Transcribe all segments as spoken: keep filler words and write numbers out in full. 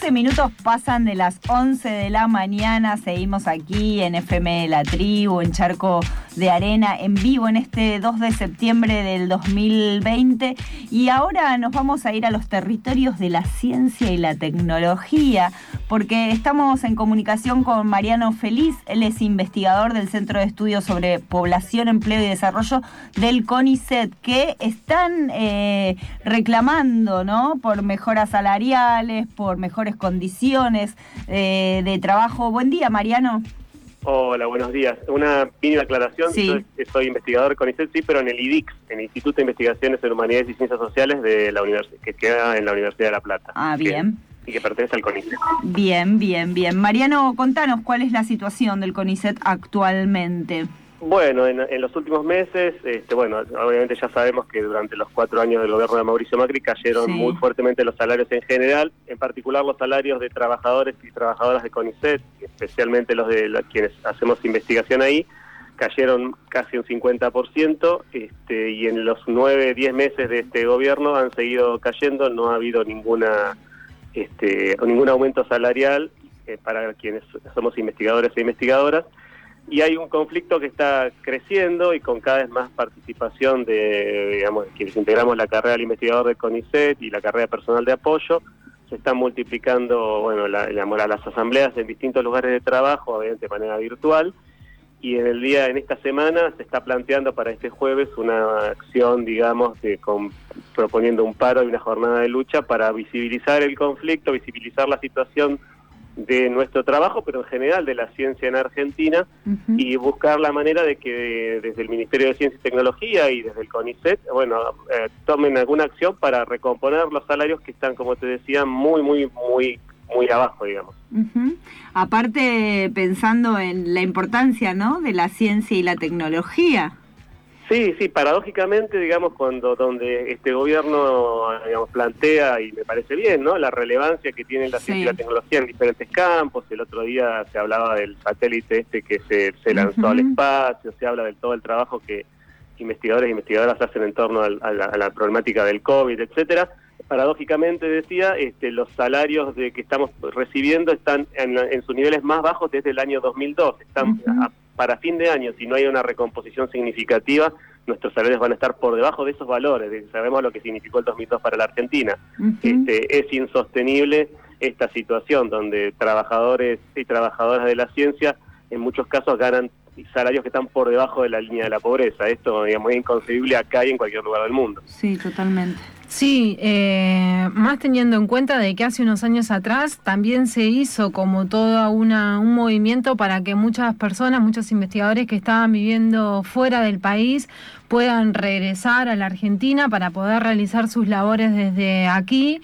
once minutos pasan de las once de la mañana, seguimos aquí en F M La Tribu, en Charco de Arena, en vivo en este dos de septiembre del dos mil veinte, y ahora nos vamos a ir a los territorios de la ciencia y la tecnología, porque estamos en comunicación con Mariano Feliz. Él es investigador del Centro de Estudios sobre Población, Empleo y Desarrollo del CONICET, que están eh, reclamando, ¿no?, por mejoras salariales, por mejores condiciones eh, de trabajo. Buen día, Mariano. Hola, buenos días. Una mínima aclaración. Sí. Soy, soy investigador de CONICET, sí, pero en el I D I C, en el Instituto de Investigaciones en Humanidades y Ciencias Sociales de la universidad, que queda en la Universidad de La Plata. Ah, bien. Que, y que pertenece al CONICET. Bien, bien, bien. Mariano, contanos cuál es la situación del CONICET actualmente. Bueno, en, en los últimos meses, este, bueno, obviamente ya sabemos que durante los cuatro años del gobierno de Mauricio Macri cayeron Sí. muy fuertemente los salarios en general, en particular los salarios de trabajadores y trabajadoras de CONICET, especialmente los de la, quienes hacemos investigación ahí, cayeron casi un cincuenta por ciento, este, y en los nueve, diez meses de este gobierno han seguido cayendo, no ha habido ninguna, este, ningún aumento salarial eh, para quienes somos investigadores e investigadoras. Y hay un conflicto que está creciendo y con cada vez más participación de, digamos, quienes integramos la carrera del investigador de CONICET y la carrera de personal de apoyo. Se están multiplicando, bueno, la, la, las asambleas en distintos lugares de trabajo, obviamente de manera virtual. Y en el día, en esta semana, se está planteando para este jueves una acción, digamos, de, con, proponiendo un paro y una jornada de lucha para visibilizar el conflicto, visibilizar la situación de nuestro trabajo, pero en general de la ciencia en Argentina, uh-huh. y buscar la manera de que desde el Ministerio de Ciencia y Tecnología y desde el CONICET, bueno, eh, tomen alguna acción para recomponer los salarios que están, como te decía, muy, muy, muy, muy abajo, digamos. Uh-huh. Aparte, pensando en la importancia, ¿no?, de la ciencia y la tecnología. Sí, sí, paradójicamente, digamos, cuando donde este gobierno, digamos, plantea, y me parece bien, ¿no?, la relevancia que tiene la Sí. ciencia y la tecnología en diferentes campos. El otro día se hablaba del satélite este que se, se lanzó uh-huh. al espacio, se habla de todo el trabajo que investigadores e investigadoras hacen en torno al, a, la, a la problemática del COVID, etcétera. Paradójicamente, decía, este, los salarios de que estamos recibiendo están en, en sus niveles más bajos desde el año dos mil dos. Están uh-huh. a, para fin de año, si no hay una recomposición significativa, nuestros salarios van a estar por debajo de esos valores. Sabemos lo que significó el dos mil dos para la Argentina. Uh-huh. Este, es insostenible esta situación donde trabajadores y trabajadoras de la ciencia en muchos casos ganan salarios que están por debajo de la línea de la pobreza. Esto, digamos, es inconcebible acá y en cualquier lugar del mundo. Sí, totalmente. Sí, eh, más teniendo en cuenta de que hace unos años atrás también se hizo como todo una, un movimiento para que muchas personas, muchos investigadores que estaban viviendo fuera del país puedan regresar a la Argentina para poder realizar sus labores desde aquí,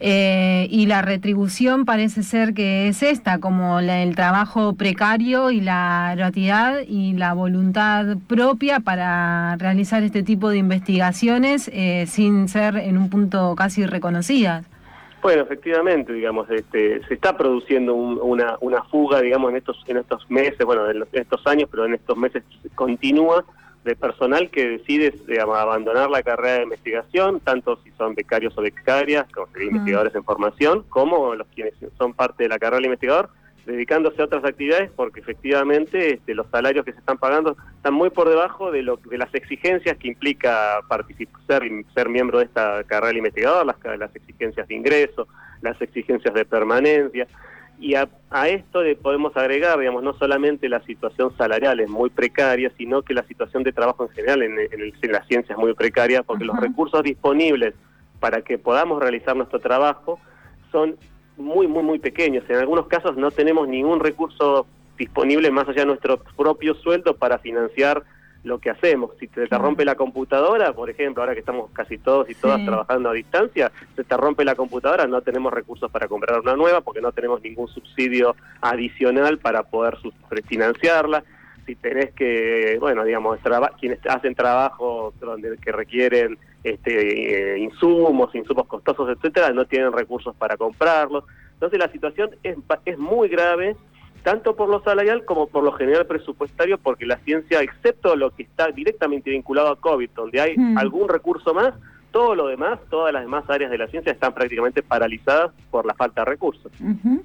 eh, y la retribución parece ser que es esta, como la, el trabajo precario y la gratuidad y la voluntad propia para realizar este tipo de investigaciones eh, sin ser en un punto casi reconocidas. Bueno, efectivamente, digamos, este, se está produciendo un, una, una fuga, digamos, en estos en estos meses, bueno, en, los, en estos años, pero en estos meses continúa, de personal que decide, digamos, abandonar la carrera de investigación, tanto si son becarios o becarias, como uh-huh. investigadores en formación, como los quienes son parte de la carrera del investigador, dedicándose a otras actividades, porque efectivamente este, los salarios que se están pagando están muy por debajo de lo de las exigencias que implica participar, ser, ser miembro de esta carrera del investigador, las, las exigencias de ingreso, las exigencias de permanencia. Y a, a esto le podemos agregar, digamos, no solamente la situación salarial es muy precaria, sino que la situación de trabajo en general en, en, el, en la ciencia es muy precaria, porque uh-huh. los recursos disponibles para que podamos realizar nuestro trabajo son muy, muy, muy pequeños. En algunos casos no tenemos ningún recurso disponible más allá de nuestro propio sueldo para financiar lo que hacemos. Si te, te rompe la computadora, por ejemplo, ahora que estamos casi todos y todas sí. trabajando a distancia, se te rompe la computadora, no tenemos recursos para comprar una nueva porque no tenemos ningún subsidio adicional para poder financiarla. Si tenés que, bueno, digamos, traba, quienes hacen trabajo donde que requieren este, eh, insumos, insumos costosos, etcétera, no tienen recursos para comprarlos. Entonces la situación es, es muy grave, tanto por lo salarial como por lo general presupuestario, porque la ciencia, excepto lo que está directamente vinculado a COVID, donde hay mm. algún recurso más, Todo lo demás, todas las demás áreas de la ciencia están prácticamente paralizadas por la falta de recursos. Uh-huh.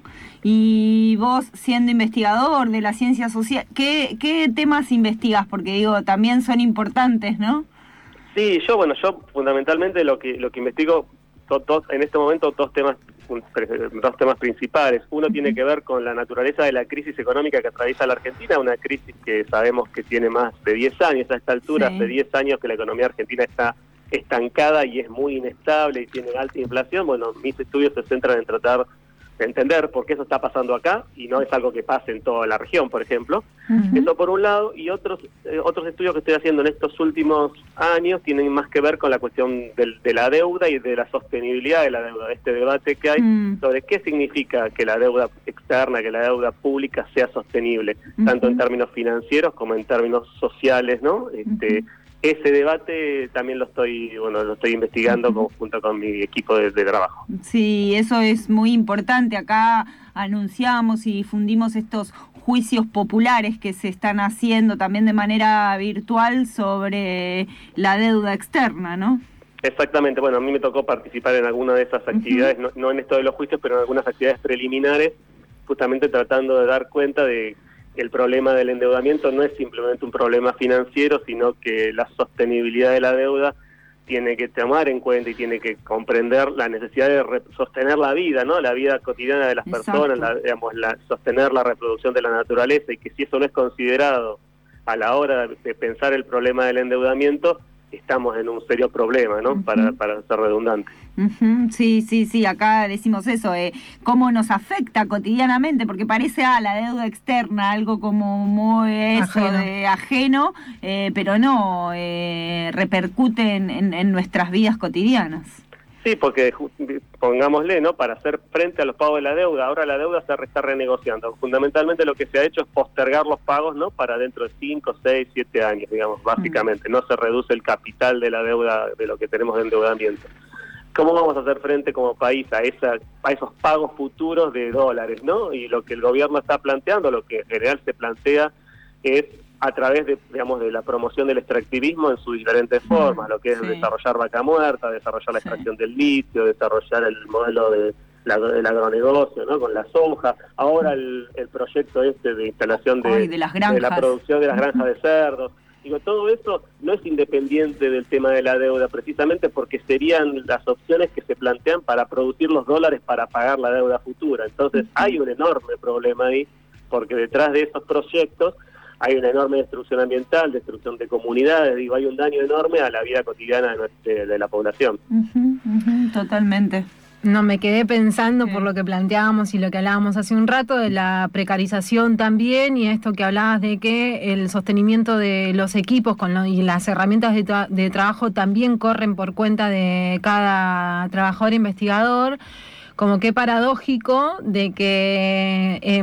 Y vos, siendo investigador de la ciencia social, ¿qué, qué temas investigas? Porque digo, también son importantes, ¿no? Sí, yo, bueno, yo fundamentalmente lo que lo que investigo, to, to, en este momento, dos temas dos temas principales. Uno uh-huh. tiene que ver con la naturaleza de la crisis económica que atraviesa la Argentina, una crisis que sabemos que tiene más de diez años a esta altura, sí. hace diez años que la economía argentina está estancada y es muy inestable y tiene alta inflación. Bueno, mis estudios se centran en tratar de entender por qué eso está pasando acá y no es algo que pase en toda la región, por ejemplo. Uh-huh. Eso por un lado, y otros eh, otros estudios que estoy haciendo en estos últimos años tienen más que ver con la cuestión del, de la deuda y de la sostenibilidad de la deuda, de este debate que hay uh-huh. sobre qué significa que la deuda externa, que la deuda pública sea sostenible, uh-huh. tanto en términos financieros como en términos sociales, ¿no? Este, uh-huh. Ese debate también lo estoy bueno lo estoy investigando uh-huh. junto con mi equipo de, de trabajo. Sí, eso es muy importante. Acá anunciamos y difundimos estos juicios populares que se están haciendo también de manera virtual sobre la deuda externa, ¿no? Exactamente. Bueno, a mí me tocó participar en alguna de esas actividades, uh-huh. no, no en esto de los juicios, pero en algunas actividades preliminares, justamente tratando de dar cuenta de el problema del endeudamiento no es simplemente un problema financiero, sino que la sostenibilidad de la deuda tiene que tomar en cuenta y tiene que comprender la necesidad de re- sostener la vida, ¿no? La vida cotidiana de las Exacto. personas, la, digamos, la, sostener la reproducción de la naturaleza, y que si eso no es considerado a la hora de, de pensar el problema del endeudamiento, estamos en un serio problema, ¿no? Uh-huh. Para, para ser redundante. Uh-huh. Sí, sí, sí, acá decimos eso, eh, cómo nos afecta cotidianamente, porque parece a ah, la deuda externa, algo como muy eso, ajeno, de, ajeno eh, pero no, eh, repercute en, en, en nuestras vidas cotidianas. Sí, porque pongámosle, ¿no? Para hacer frente a los pagos de la deuda, ahora la deuda se está renegociando. Fundamentalmente lo que se ha hecho es postergar los pagos, ¿no? Para dentro de cinco, seis, siete años, digamos, básicamente. Mm. No se reduce el capital de la deuda, de lo que tenemos de endeudamiento. ¿Cómo vamos a hacer frente como país a, esa, a esos pagos futuros de dólares, ¿no? Y lo que el gobierno está planteando, lo que en general se plantea, es a través de, digamos, de la promoción del extractivismo en sus diferentes formas, lo que es sí. desarrollar vaca muerta, desarrollar la extracción sí. del litio, desarrollar el modelo de la, del agronegocio, ¿no? Con la soja, ahora el, el proyecto este de instalación de, Ay, de, las de la producción de las granjas de cerdos. Digo, todo eso no es independiente del tema de la deuda, precisamente porque serían las opciones que se plantean para producir los dólares para pagar la deuda futura. Entonces hay un enorme problema ahí, porque detrás de esos proyectos hay una enorme destrucción ambiental, destrucción de comunidades, digo, hay un daño enorme a la vida cotidiana de, nuestra, de la población. Uh-huh, uh-huh, totalmente. No, me quedé pensando sí. por lo que planteábamos y lo que hablábamos hace un rato de la precarización también, y esto que hablabas de que el sostenimiento de los equipos con lo, y las herramientas de, tra- de trabajo también corren por cuenta de cada trabajador investigador. Como que paradójico de que eh,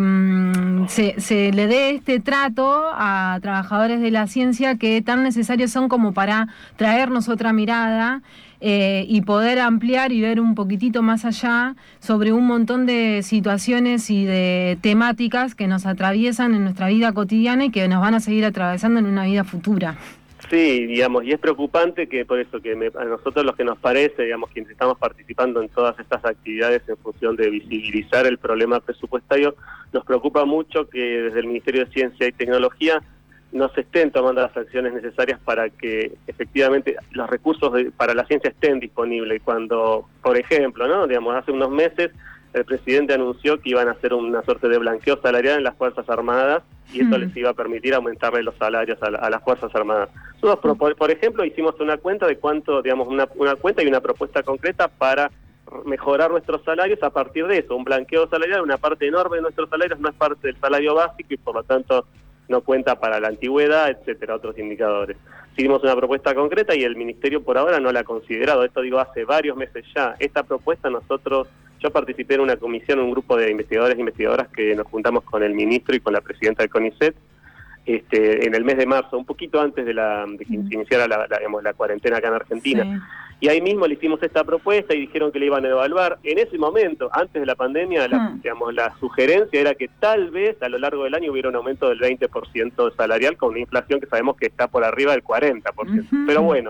se, se le dé este trato a trabajadores de la ciencia que tan necesarios son como para traernos otra mirada eh, y poder ampliar y ver un poquitito más allá sobre un montón de situaciones y de temáticas que nos atraviesan en nuestra vida cotidiana y que nos van a seguir atravesando en una vida futura. Sí, digamos, y es preocupante que por eso que me, a nosotros los que nos parece, digamos, quienes estamos participando en todas estas actividades en función de visibilizar el problema presupuestario, nos preocupa mucho que desde el Ministerio de Ciencia y Tecnología no se estén tomando las acciones necesarias para que efectivamente los recursos de, para la ciencia estén disponibles. Cuando, por ejemplo, ¿no? Digamos, hace unos meses el presidente anunció que iban a hacer una suerte de blanqueo salarial en las Fuerzas Armadas y eso mm. les iba a permitir aumentarle los salarios a, la, a las Fuerzas Armadas. Nosotros, por, por ejemplo, hicimos una cuenta de cuánto, digamos, una, una cuenta y una propuesta concreta para mejorar nuestros salarios a partir de eso. Un blanqueo salarial, una parte enorme de nuestros salarios no es parte del salario básico y por lo tanto no cuenta para la antigüedad, etcétera, otros indicadores. Hicimos una propuesta concreta y el Ministerio por ahora no la ha considerado. Esto digo hace varios meses ya. Esta propuesta nosotros, yo participé en una comisión, un grupo de investigadores e investigadoras que nos juntamos con el ministro y con la presidenta del CONICET este, en el mes de marzo, un poquito antes de, la, de que se iniciara la, la, digamos, la cuarentena acá en Argentina. Sí. Y ahí mismo le hicimos esta propuesta y dijeron que le iban a evaluar. En ese momento, antes de la pandemia, la, hmm. digamos, la sugerencia era que tal vez a lo largo del año hubiera un aumento del veinte por ciento salarial con una inflación que sabemos que está por arriba del cuarenta por ciento. Uh-huh. Pero bueno,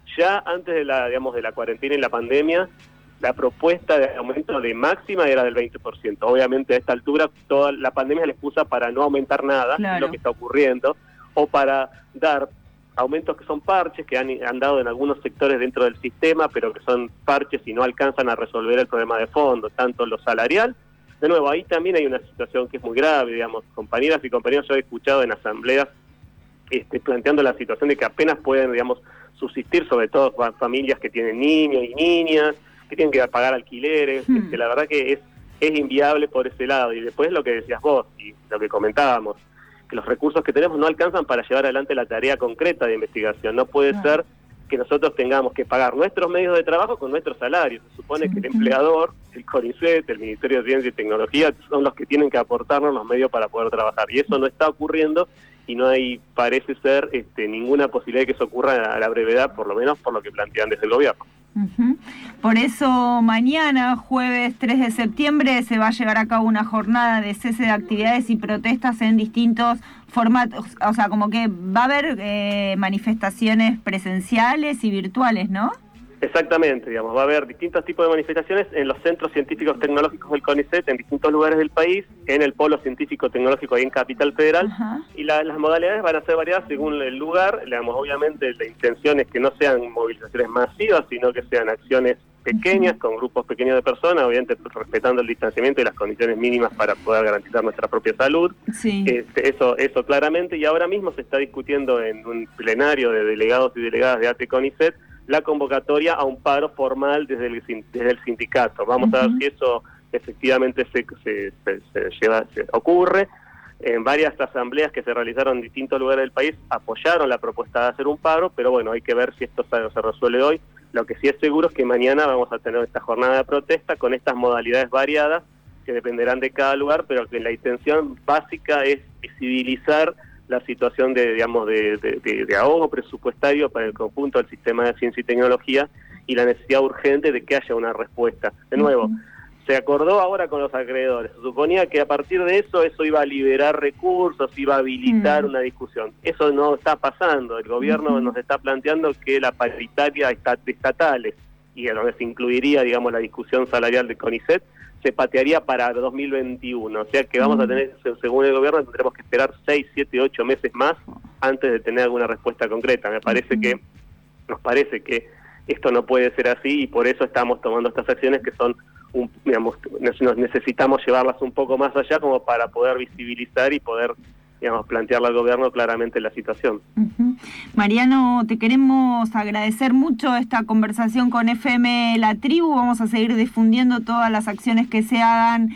Ya antes de la, digamos, de la cuarentena y la pandemia, la propuesta de aumento de máxima era del veinte por ciento. Obviamente a esta altura toda la pandemia es la excusa para no aumentar nada, claro. Es lo que está ocurriendo, o para dar aumentos que son parches, que han, han dado en algunos sectores dentro del sistema, pero que son parches y no alcanzan a resolver el problema de fondo, tanto lo salarial. De nuevo, ahí también hay una situación que es muy grave, digamos, compañeras y compañeros, yo he escuchado en asambleas este, planteando la situación de que apenas pueden, digamos, subsistir, sobre todo familias que tienen niños y niñas, que tienen que pagar alquileres, hmm. este, la verdad que es, es inviable por ese lado. Y después lo que decías vos y lo que comentábamos, que los recursos que tenemos no alcanzan para llevar adelante la tarea concreta de investigación. No puede no. ser que nosotros tengamos que pagar nuestros medios de trabajo con nuestros salarios. Se supone sí, que el empleador, el CONICET, el Ministerio de Ciencia y Tecnología son los que tienen que aportarnos los medios para poder trabajar. Y eso no está ocurriendo y no hay, parece ser, este, ninguna posibilidad de que eso ocurra a la brevedad, por lo menos por lo que plantean desde el gobierno. Uh-huh. Por eso mañana, jueves tres de septiembre, se va a llevar a cabo una jornada de cese de actividades y protestas en distintos formatos, o sea, como que va a haber eh, manifestaciones presenciales y virtuales, ¿no? Exactamente, digamos, va a haber distintos tipos de manifestaciones en los centros científicos tecnológicos del CONICET, en distintos lugares del país, en el polo científico tecnológico ahí en Capital Federal, uh-huh. y la, las modalidades van a ser variadas según el lugar. Digamos, obviamente la intención es que no sean movilizaciones masivas, sino que sean acciones pequeñas, uh-huh. con grupos pequeños de personas, obviamente respetando el distanciamiento y las condiciones mínimas para poder garantizar nuestra propia salud. Sí. Este, eso, eso claramente, y ahora mismo se está discutiendo en un plenario de delegados y delegadas de A T E CONICET la convocatoria a un paro formal desde el, desde el sindicato. Vamos uh-huh. a ver si eso efectivamente se, se, se, se lleva, se ocurre. En varias asambleas que se realizaron en distintos lugares del país apoyaron la propuesta de hacer un paro, pero bueno, hay que ver si esto se, se resuelve hoy. Lo que sí es seguro es que mañana vamos a tener esta jornada de protesta con estas modalidades variadas que dependerán de cada lugar, pero que la intención básica es visibilizar la situación de, digamos, de, de, de, de ahogo presupuestario para el conjunto del sistema de ciencia y tecnología y la necesidad urgente de que haya una respuesta. De nuevo, uh-huh. se acordó ahora con los acreedores. Se suponía que a partir de eso, eso iba a liberar recursos, iba a habilitar uh-huh. una discusión. Eso no está pasando. El gobierno uh-huh. nos está planteando que la paritaria estatales, y a donde se incluiría, digamos, la discusión salarial de CONICET, se patearía para dos mil veintiuno, o sea que vamos a tener, según el gobierno, tendremos que esperar seis, siete, ocho meses más antes de tener alguna respuesta concreta. Me parece que, nos parece que esto no puede ser así y por eso estamos tomando estas acciones que son, un, digamos, nos necesitamos llevarlas un poco más allá como para poder visibilizar y poder, digamos, plantearle al gobierno claramente la situación. Uh-huh. Mariano, te queremos agradecer mucho esta conversación con F M La Tribu. Vamos a seguir difundiendo todas las acciones que se hagan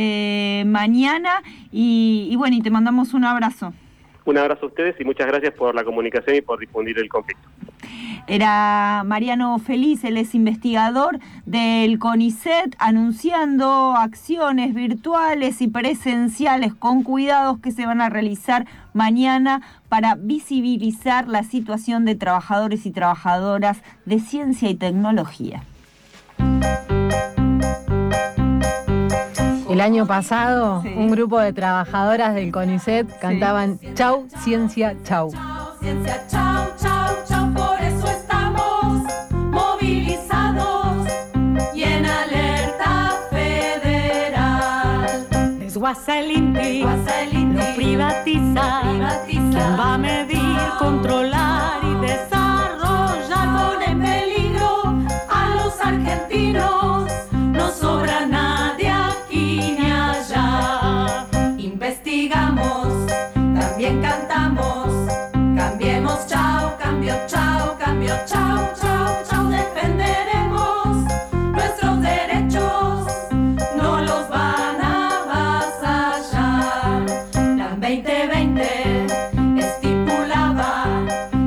eh, mañana y, y bueno, y te mandamos un abrazo. Un abrazo a ustedes y muchas gracias por la comunicación y por difundir el conflicto. Era Mariano Feliz, él es investigador del CONICET, anunciando acciones virtuales y presenciales con cuidados que se van a realizar mañana para visibilizar la situación de trabajadores y trabajadoras de ciencia y tecnología. El año pasado, sí. un grupo de trabajadoras del CONICET sí. cantaban Chau, ciencia, chau. Chau, ciencia, chau, chau, chau, por eso estamos movilizados y en alerta federal. Es Guasa el INPI, lo privatiza, privatiza. ¿Quién va a medir, controlar y desarrollar? Pone en peligro a los argentinos, no sobra nadie aquí ni allá. Investigamos, también cantamos, cambiemos, chau, cambio, chau, cambio, chau, chau, chau, defenderemos nuestros derechos, no los van a avasallar. La veinte veinte estipulaba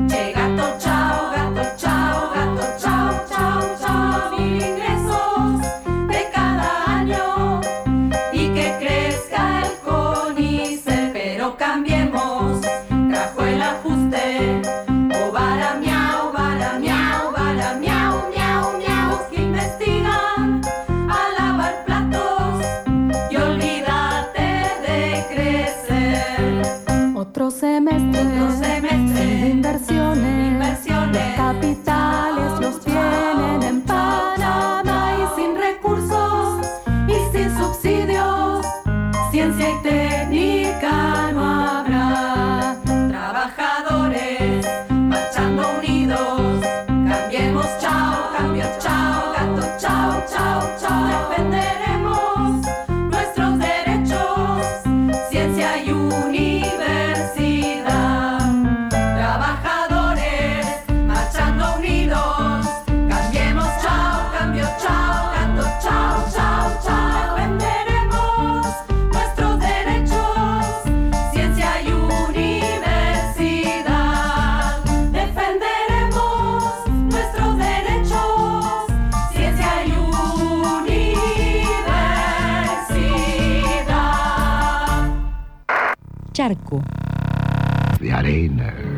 charco. De arena.